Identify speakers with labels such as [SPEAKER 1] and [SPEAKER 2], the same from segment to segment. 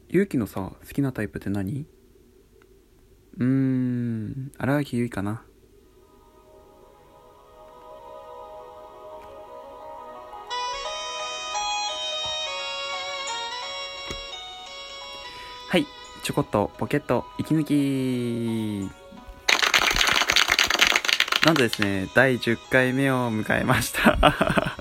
[SPEAKER 1] ゆうきのさ、好きなタイプって何？荒垣結衣かな。はい、ちょこっとポケット息抜き。なんとですね、第10回目を迎えましたあ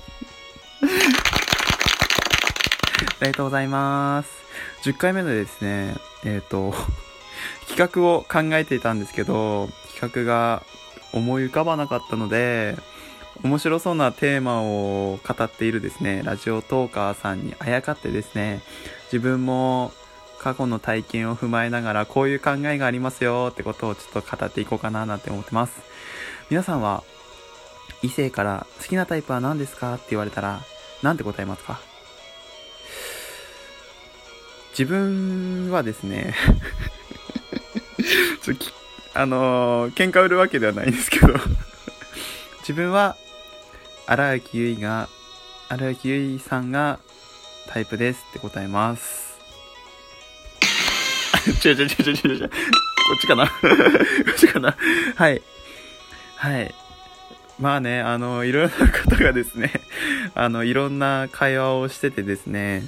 [SPEAKER 1] りがとうございます。10回目のですね、企画を考えていたんですけど、企画が思い浮かばなかったので、面白そうなテーマを語っているですね、ラジオトーカーさんにあやかってですね、自分も過去の体験を踏まえながらこういう考えがありますよってことをちょっと語っていこうかななんて思ってます。皆さんは異性から好きなタイプは何ですかって言われたらなんて答えますか？自分はですね喧嘩売るわけではないんですけど自分は荒垣結衣さんがタイプですって答えます。違う。こっちかなこっちかな。はい。はい。まあね、いろんな方がですね、いろんな会話をしててですね、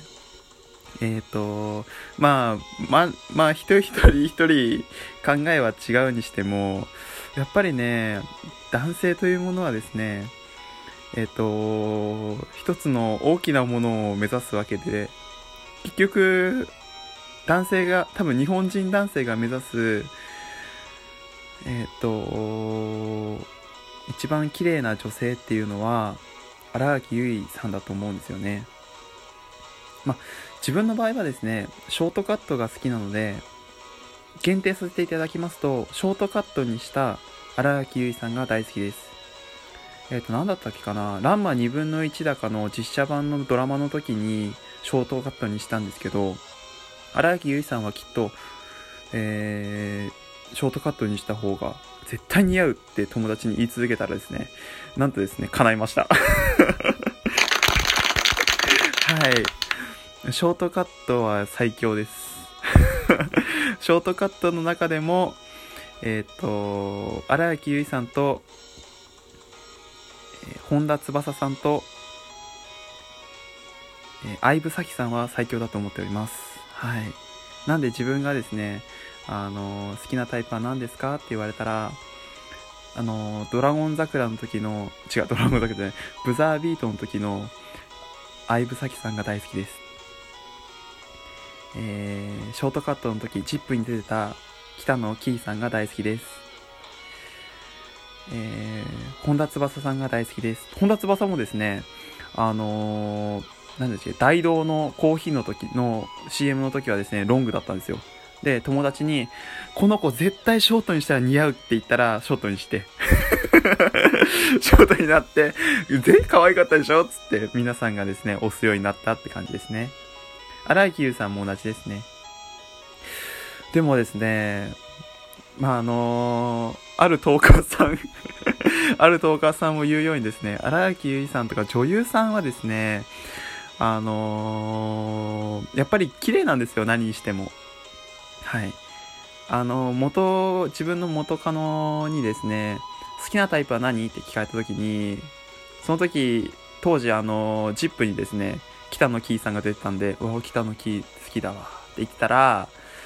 [SPEAKER 1] まあ、一人考えは違うにしても、やっぱりね、男性というものはですね、一つの大きなものを目指すわけで、結局、多分日本人男性が目指す、一番綺麗な女性っていうのは、荒垣結衣さんだと思うんですよね。まあ、自分の場合はですね、ショートカットが好きなので、限定させていただきますと、ショートカットにした荒垣結衣さんが大好きです。何だったっけかな、ランマ2分の1だかの実写版のドラマの時にショートカットにしたんですけど、荒垣結衣さんはきっと、ショートカットにした方が絶対似合うって友達に言い続けたらですね、なんとですね、叶いましたはい、ショートカットは最強ですショートカットの中でも荒垣結衣さんと本田翼さんと相武咲さんは最強だと思っております。はい。なんで自分がですね、好きなタイプは何ですかって言われたら、ドラゴン桜の時の、ドラゴン桜じゃない、ブザービートの時の相武咲さんが大好きです。ショートカットの時、ジップに出てた北野キーさんが大好きです。本田翼さんが大好きです。本田翼もですね、なんですけど、大道のコーヒーの時の CM の時はですね、ロングだったんですよ。で、友達に、この子絶対ショートにしたら似合うって言ったら、ショートにして、ショートになって、可愛かったでしょつって、皆さんがですね、押すようになったって感じですね。荒井優さんも同じですね。でもですね、まああるトーカーさんあるトーカーさんも言うようにですね、荒木結衣さんとか女優さんはですね、やっぱり綺麗なんですよ、何にしても。はい。自分の元カノにですね、好きなタイプは何って聞かれた時に、その時、当時ジップにですね、北野キーさんが出てたんで、うわ、北野キー好きだわって言ってたら、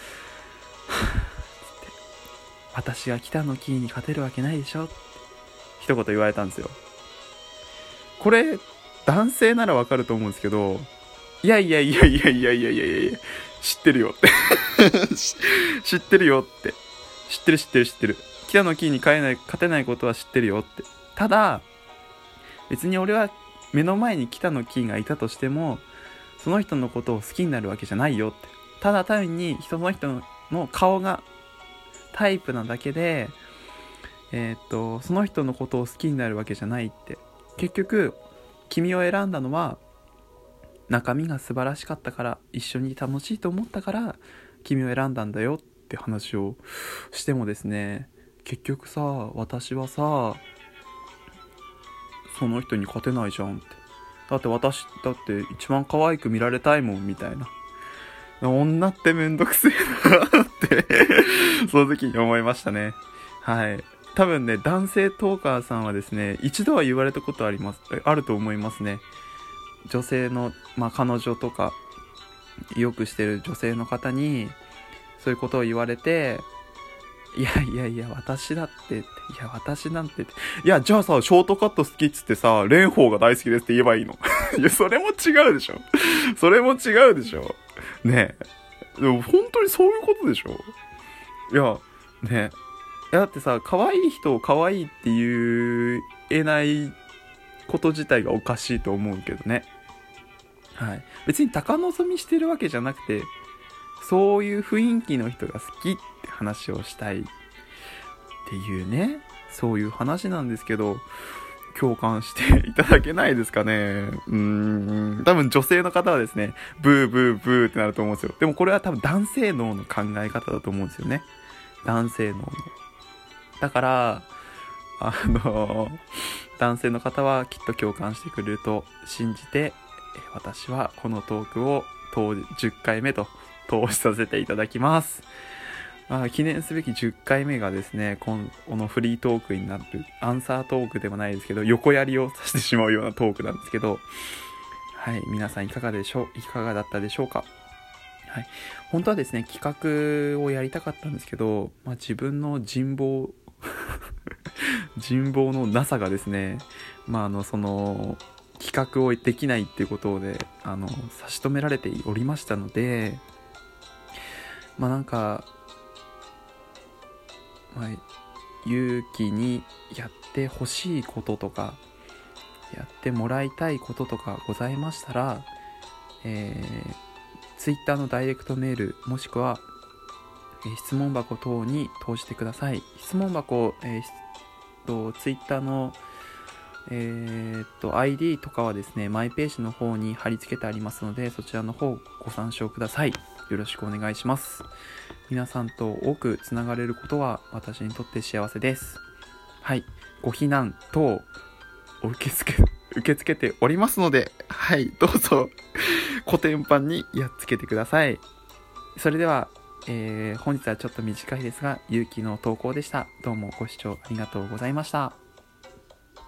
[SPEAKER 1] 私が北野キーに勝てるわけないでしょって一言言われたんですよ。これ男性ならわかると思うんですけど、いや知ってるよって知ってるよって知ってる、北野キーに勝てないことは知ってるよって。ただ別に俺は目の前に北野キーがいたとしても、その人のことを好きになるわけじゃないよって。ただ単にその人の顔がタイプなだけで、その人のことを好きになるわけじゃないって。結局君を選んだのは中身が素晴らしかったから、一緒に楽しいと思ったから君を選んだんだよって話をしてもですね、結局さ、私はさ、その人に勝てないじゃんって。だって一番可愛く見られたいもんみたいな。 女ってめんどくせえなってその時に思いましたね。はい。多分ね、男性トーカーさんはですね、一度は言われたことあると思いますね。女性の、彼女とか、よくしてる女性の方に、そういうことを言われて、いや、私なんて、いや、じゃあさ、ショートカット好きっつってさ、蓮舫が大好きですって言えばいいのいや、それも違うでしょねえ。でも本当にそういうことでしょ。いや、ねえ。だってさ、可愛い人を可愛いって言えないこと自体がおかしいと思うけどね。はい。別に高望みしてるわけじゃなくて、そういう雰囲気の人が好きって話をしたいっていうね、そういう話なんですけど、共感していただけないですかね。多分女性の方はですね、ブーブーブーってなると思うんですよ。でもこれは多分男性脳の考え方だと思うんですよね。男性脳の。だから、男性の方はきっと共感してくれると信じて、私はこのトークを10回目と通しさせていただきます。記念すべき10回目がですね、このフリートークになる、アンサートークでもないですけど、横やりをさせてしまうようなトークなんですけど、はい、皆さんいかがだったでしょうか。はい、本当はですね、企画をやりたかったんですけど、自分の人望のなさがですね、その企画をできないっていうことで差し止められておりましたので、勇気にやってほしいこととかやってもらいたいこととかございましたら、Twitter のダイレクトメールもしくは、質問箱等に通してください。質問箱、Twitter の、ID とかはですね、マイページの方に貼り付けてありますので、そちらの方ご参照ください。よろしくお願いします。皆さんと多くつながれることは私にとって幸せです。はい。ご避難等を受け付けておりますので、はい、どうぞコテンパンにやっつけてください。それでは、本日はちょっと短いですが、勇気の投稿でした。どうもご視聴ありがとうございました。